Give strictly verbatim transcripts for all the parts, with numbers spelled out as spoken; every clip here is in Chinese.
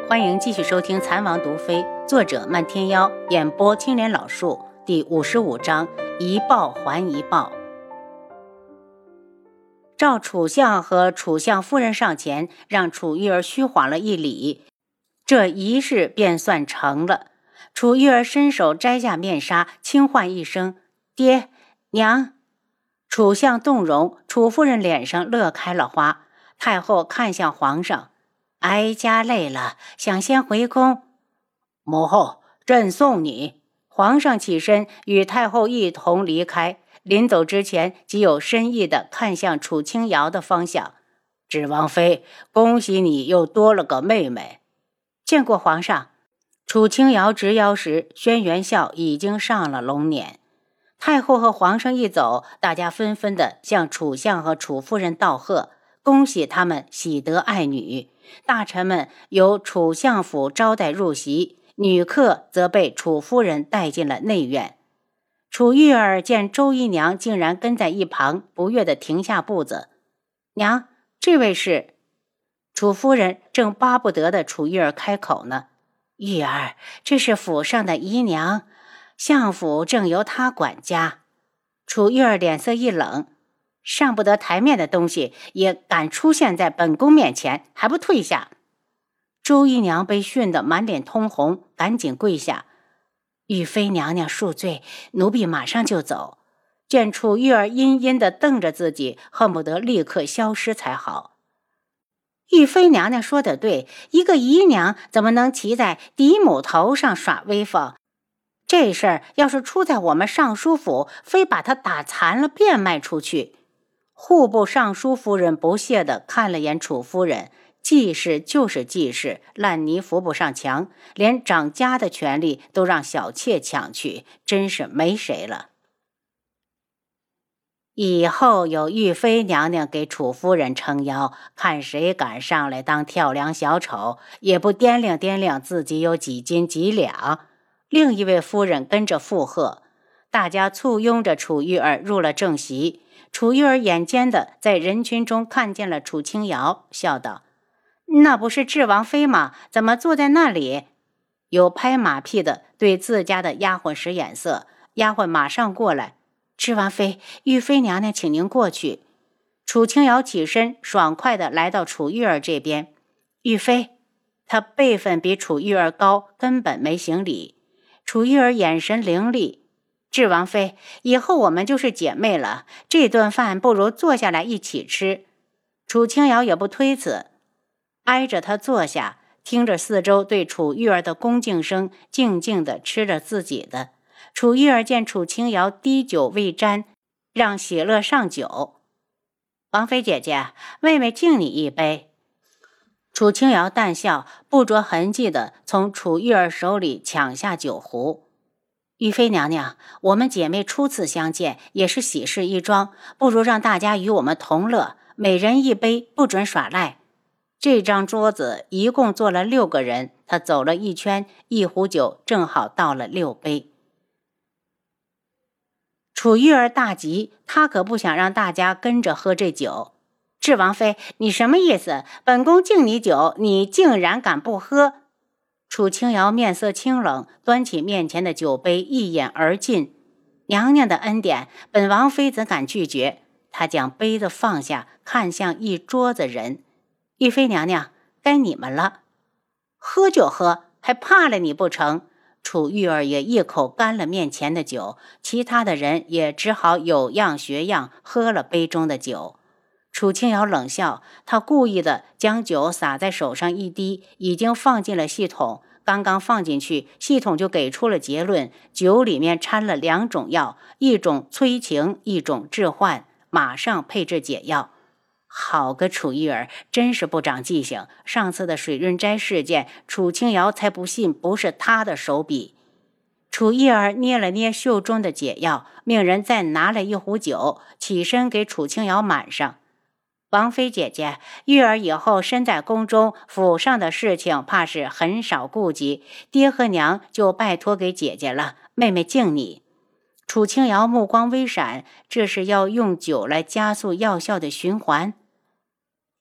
欢迎继续收听《残王毒妃》，作者漫天妖，演播青莲老树，第五十五章，一报还一报。赵楚相和楚相夫人上前，让楚玉儿虚晃了一礼，这仪式便算成了。楚玉儿伸手摘下面纱，轻唤一声爹娘。楚相动容，楚夫人脸上乐开了花。太后看向皇上，哀家累了，想先回宫。母后，朕送你。皇上起身与太后一同离开，临走之前极有深意地看向楚清瑶的方向。芷王妃，恭喜你又多了个妹妹。见过皇上。楚清瑶直腰时，轩辕笑已经上了龙辇。太后和皇上一走，大家纷纷地向楚相和楚夫人道贺，恭喜他们喜得爱女。大臣们由楚相府招待入席，女客则被楚夫人带进了内院。楚玉儿见周姨娘竟然跟在一旁，不悦地停下步子。娘，这位是……楚夫人正巴不得的楚玉儿开口呢。玉儿，这是府上的姨娘，相府正由她管家。楚玉儿脸色一冷，上不得台面的东西也敢出现在本宫面前，还不退下？周姨娘被训得满脸通红，赶紧跪下。玉妃娘娘恕罪，奴婢马上就走。见楚玉儿阴阴地瞪着自己，恨不得立刻消失才好。玉妃娘娘说得对，一个姨娘怎么能骑在嫡母头上耍威风？这事儿要是出在我们尚书府，非把她打残了变卖出去。户部尚书夫人不屑地看了眼楚夫人，记事就是记事，烂泥扶不上墙，连掌家的权利都让小妾抢去，真是没谁了。以后有玉妃娘娘给楚夫人撑腰，看谁敢上来当跳梁小丑，也不掂量掂量自己有几斤几两。另一位夫人跟着附和，大家簇拥着楚玉儿入了正席。楚玉儿眼尖的在人群中看见了楚清瑶，笑道：那不是智王妃吗？怎么坐在那里？有拍马屁的对自家的丫鬟使眼色，丫鬟马上过来。智王妃，玉妃娘娘请您过去。楚清瑶起身，爽快地来到楚玉儿这边。玉妃，她辈分比楚玉儿高，根本没行礼。楚玉儿眼神凌厉，智王妃，以后我们就是姐妹了，这顿饭不如坐下来一起吃。楚清瑶也不推辞，挨着她坐下，听着四周对楚玉儿的恭敬声，静静地吃着自己的。楚玉儿见楚清瑶滴酒未沾，让喜乐上酒。王妃姐姐，妹妹敬你一杯。楚清瑶淡笑，不着痕迹地从楚玉儿手里抢下酒壶。玉妃娘娘，我们姐妹初次相见，也是喜事一桩，不如让大家与我们同乐，每人一杯，不准耍赖。这张桌子一共坐了六个人，他走了一圈，一壶酒正好倒了六杯。楚玉儿大急，她可不想让大家跟着喝这酒。智王妃，你什么意思？本宫敬你酒，你竟然敢不喝？楚清瑶面色清冷，端起面前的酒杯一饮而尽。娘娘的恩典，本王妃怎敢拒绝？她将杯子放下，看向一桌子人。玉妃娘娘，该你们了。喝就喝，还怕了你不成？楚玉儿也一口干了面前的酒，其他的人也只好有样学样，喝了杯中的酒。楚清瑶冷笑，她故意的将酒洒在手上一滴，已经放进了系统。刚刚放进去，系统就给出了结论，酒里面掺了两种药，一种催情，一种致幻，马上配置解药。好个楚玉儿，真是不长记性！上次的水润斋事件，楚清瑶才不信不是他的手笔。楚玉儿捏了捏袖中的解药，命人再拿了一壶酒，起身给楚清瑶满上。王妃姐姐，玉儿以后身在宫中，府上的事情怕是很少顾及，爹和娘就拜托给姐姐了，妹妹敬你。楚清瑶目光微闪，这是要用酒来加速药效的循环。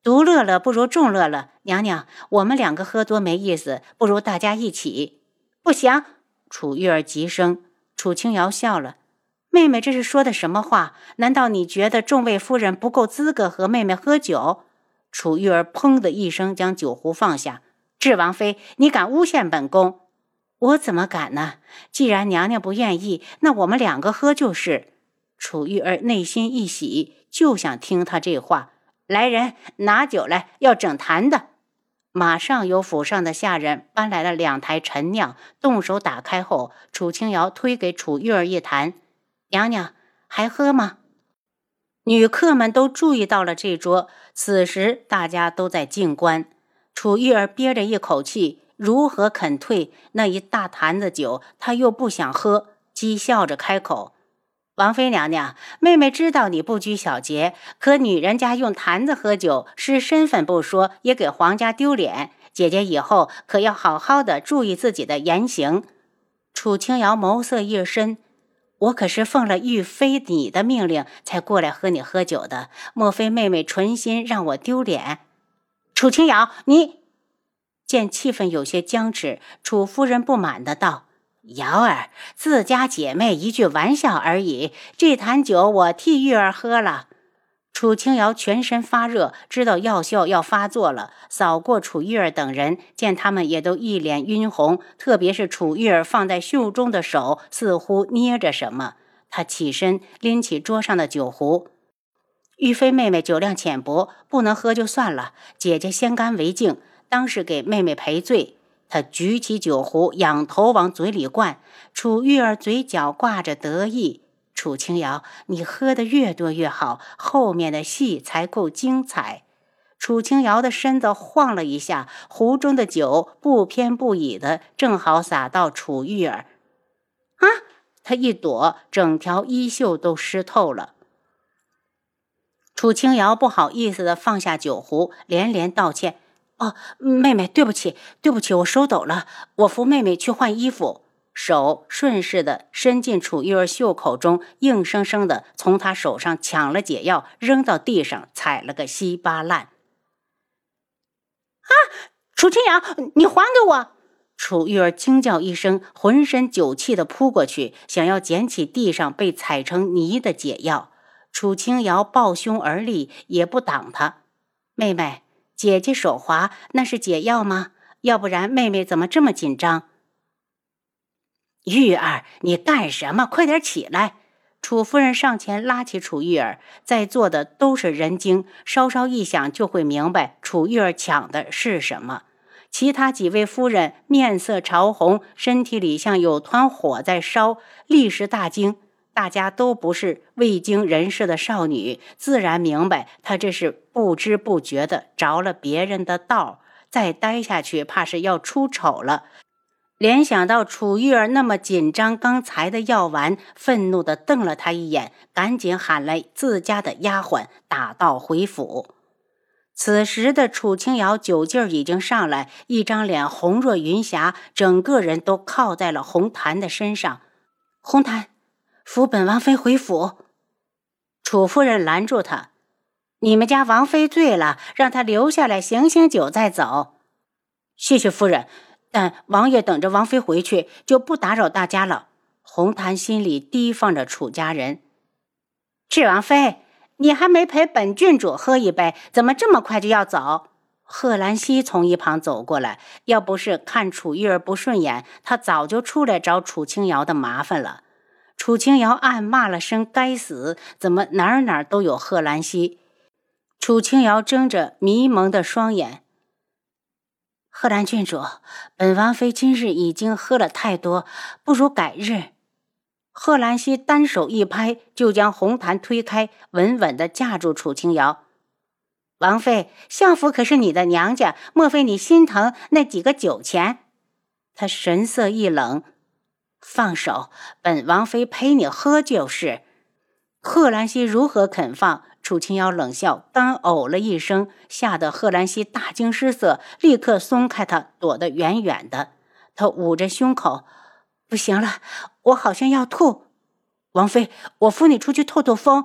独乐乐不如众乐乐，娘娘，我们两个喝多没意思，不如大家一起。不行！楚玉儿急声。楚清瑶笑了，妹妹这是说的什么话？难道你觉得众位夫人不够资格和妹妹喝酒？楚玉儿砰的一声将酒壶放下。智王妃，你敢诬陷本宫？我怎么敢呢？既然娘娘不愿意，那我们两个喝就是。楚玉儿内心一喜，就想听他这话。来人，拿酒来，要整坛的。马上有府上的下人搬来了两台陈酿，动手打开后，楚清瑶推给楚玉儿一坛。娘娘，还喝吗？女客们都注意到了这桌，此时大家都在静观。楚玉儿憋着一口气，如何肯退？那一大坛子酒，她又不想喝，讥笑着开口：王妃娘娘，妹妹知道你不拘小节，可女人家用坛子喝酒，失身份不说，也给皇家丢脸。姐姐以后可要好好的注意自己的言行。楚清瑶眸色一深，我可是奉了玉妃你的命令才过来和你喝酒的，莫非妹妹存心让我丢脸？楚清瑶，你……见气氛有些僵持，楚夫人不满的道：瑶儿，自家姐妹一句玩笑而已，这坛酒我替玉儿喝了。楚清瑶全身发热，知道药效要发作了，扫过楚玉儿等人，见他们也都一脸晕红，特别是楚玉儿放在袖中的手似乎捏着什么。她起身拎起桌上的酒壶。玉妃妹妹酒量浅薄，不能喝就算了，姐姐先干为敬，当是给妹妹赔罪。他举起酒壶，仰头往嘴里灌。楚玉儿嘴角挂着得意。楚清瑶，你喝得越多越好，后面的戏才够精彩。楚清瑶的身子晃了一下，壶中的酒不偏不倚的正好洒到楚玉儿。啊！他一躲，整条衣袖都湿透了。楚清瑶不好意思的放下酒壶，连连道歉。哦，妹妹，对不起，对不起，我手抖了，我扶妹妹去换衣服。手顺势的伸进楚玉儿袖口中，硬生生的从她手上抢了解药，扔到地上，踩了个稀巴烂。啊！楚清瑶，你还给我！楚玉儿惊叫一声，浑身酒气的扑过去，想要捡起地上被踩成泥的解药。楚清瑶抱胸而立，也不挡他。妹妹，姐姐手滑，那是解药吗？要不然妹妹怎么这么紧张？玉儿，你干什么？快点起来！楚夫人上前拉起楚玉儿，在座的都是人精，稍稍一想就会明白楚玉儿抢的是什么。其他几位夫人面色潮红，身体里像有团火在烧，立时大惊。大家都不是未经人事的少女，自然明白她这是不知不觉的着了别人的道，再待下去怕是要出丑了。联想到楚玉儿那么紧张刚才的药丸，愤怒地瞪了他一眼，赶紧喊来自家的丫鬟打道回府。此时的楚清瑶酒劲儿已经上来，一张脸红若云霞，整个人都靠在了红檀的身上。红檀，扶本王妃回府。楚夫人拦住他：你们家王妃醉了，让她留下来醒醒酒再走。谢谢夫人，但王爷等着王妃回去，就不打扰大家了。红檀心里提防着楚家人。智王妃，你还没陪本郡主喝一杯，怎么这么快就要走？贺兰溪从一旁走过来，要不是看楚玉儿不顺眼，他早就出来找楚清瑶的麻烦了。楚清瑶暗骂了声该死，怎么哪儿哪儿都有贺兰溪。楚清瑶睁着迷蒙的双眼，贺兰郡主，本王妃今日已经喝了太多，不如改日。贺兰溪单手一拍，就将红檀推开，稳稳地架住楚清瑶。王妃，相府可是你的娘家，莫非你心疼那几个酒钱？他神色一冷，放手，本王妃陪你喝就是。贺兰溪如何肯放？楚清瑶冷笑，干呕了一声，吓得贺兰溪大惊失色，立刻松开他，躲得远远的。他捂着胸口，不行了，我好像要吐。王妃，我扶你出去透透风。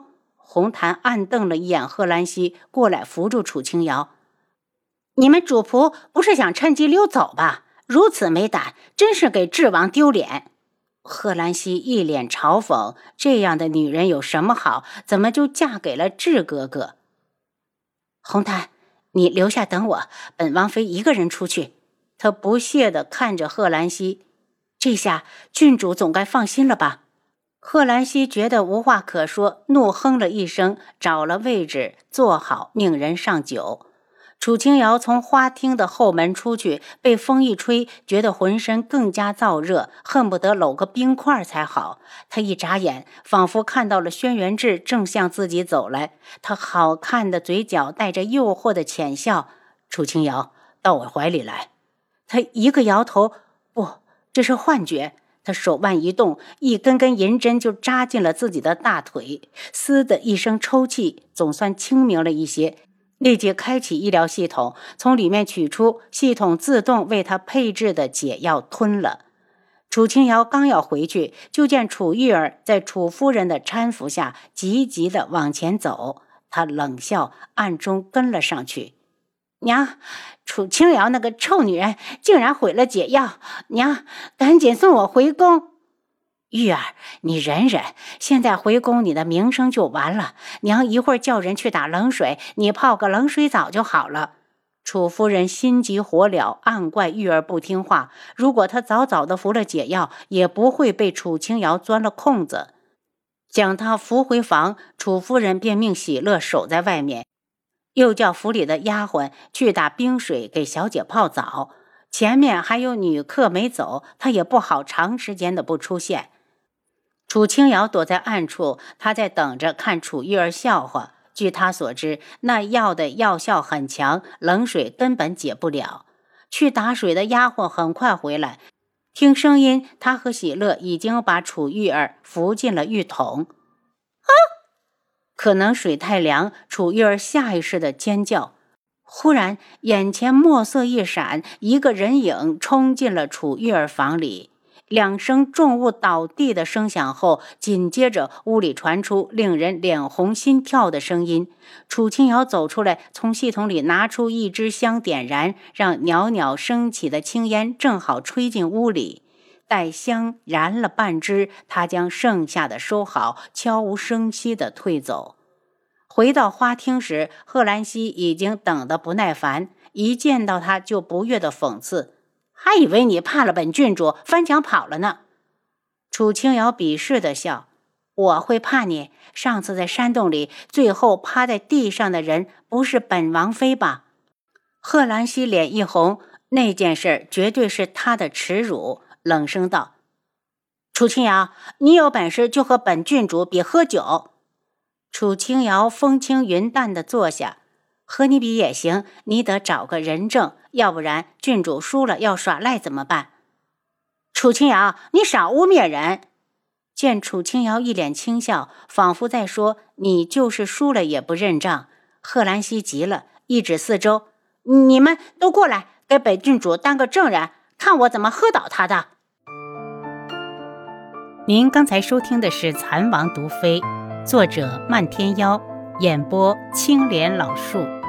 红檀暗瞪了一眼贺兰西，过来扶住楚清瑶。你们主仆不是想趁机溜走吧？如此没胆，真是给智王丢脸。贺兰西一脸嘲讽，这样的女人有什么好？怎么就嫁给了智哥哥？红檀，你留下等我，本王妃一个人出去。他不屑地看着贺兰西，这下郡主总该放心了吧？贺兰西觉得无话可说，怒哼了一声，找了位置坐好，命人上酒。楚清瑶从花厅的后门出去，被风一吹，觉得浑身更加燥热，恨不得搂个冰块才好。她一眨眼，仿佛看到了轩辕志正向自己走来，他好看的嘴角带着诱惑的浅笑。楚清瑶，到我怀里来。他一个摇头，不，这是幻觉。他手腕一动，一根根银针就扎进了自己的大腿，嘶的一声抽泣，总算清明了一些。立即开启医疗系统，从里面取出系统自动为他配置的解药，吞了。楚清瑶刚要回去，就见楚玉儿在楚夫人的搀扶下急急地往前走，他冷笑，暗中跟了上去。娘，楚清瑶那个臭女人竟然毁了解药，娘，赶紧送我回宫。玉儿，你忍忍，现在回宫你的名声就完了。娘一会儿叫人去打冷水，你泡个冷水澡就好了。楚夫人心急火燎，暗怪玉儿不听话。如果她早早的服了解药，也不会被楚清瑶钻了空子。将她扶回房，楚夫人便命喜乐守在外面，又叫府里的丫鬟去打冰水给小姐泡澡。前面还有女客没走，她也不好长时间的不出现。楚清瑶躲在暗处，她在等着看楚玉儿笑话。据她所知，那药的药效很强，冷水根本解不了。去打水的丫鬟很快回来，听声音，她和喜乐已经把楚玉儿扶进了浴桶。啊！可能水太凉，楚玉儿下意识的尖叫。忽然眼前墨色一闪，一个人影冲进了楚玉儿房里。两声重物倒地的声响后，紧接着屋里传出令人脸红心跳的声音。楚清瑶走出来，从系统里拿出一支香点燃，让袅袅升起的青烟正好吹进屋里。待香燃了半支，他将剩下的收好，悄无声息地退走。回到花厅时，贺兰西已经等得不耐烦，一见到他就不悦地讽刺，还以为你怕了本郡主，翻墙跑了呢。楚清瑶鄙视地笑，我会怕你？上次在山洞里，最后趴在地上的人不是本王妃吧？贺兰西脸一红，那件事绝对是他的耻辱，冷声道，楚清瑶，你有本事就和本郡主比喝酒。楚清瑶风轻云淡地坐下，和你比也行，你得找个人证，要不然郡主输了要耍赖怎么办？楚清瑶，你少污蔑人。见楚清瑶一脸轻笑，仿佛在说你就是输了也不认账。贺兰西急了，一指四周，你们都过来，给本郡主当个证人，看我怎么喝倒他的。您刚才收听的是《蚕王毒妃》，作者漫天妖，演播青莲老树。